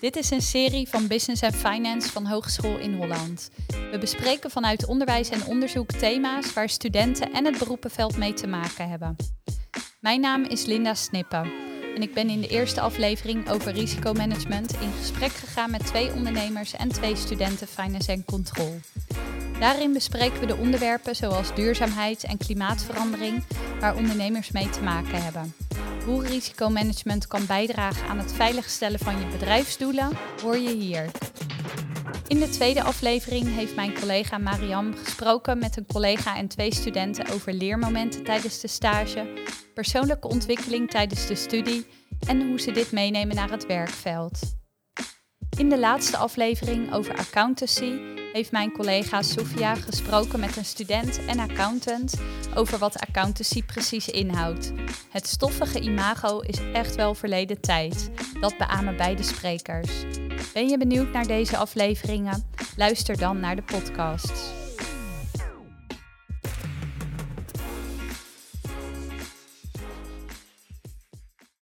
Dit is een serie van Business en Finance van Hogeschool in Holland. We bespreken vanuit onderwijs en onderzoek thema's waar studenten en het beroepenveld mee te maken hebben. Mijn naam is Linda Snippen en ik ben in de eerste aflevering over risicomanagement in gesprek gegaan met 2 ondernemers en 2 studenten Finance en Control. Daarin bespreken we de onderwerpen zoals duurzaamheid en klimaatverandering waar ondernemers mee te maken hebben. Hoe risicomanagement kan bijdragen aan het veiligstellen van je bedrijfsdoelen, hoor je hier. In de tweede aflevering heeft mijn collega Mariam gesproken met een collega en 2 studenten over leermomenten tijdens de stage, persoonlijke ontwikkeling tijdens de studie en hoe ze dit meenemen naar het werkveld. In de laatste aflevering over accountancy heeft mijn collega Sofia gesproken met een student en accountant over wat accountancy precies inhoudt. Het stoffige imago is echt wel verleden tijd. Dat beamen beide sprekers. Ben je benieuwd naar deze afleveringen? Luister dan naar de podcast.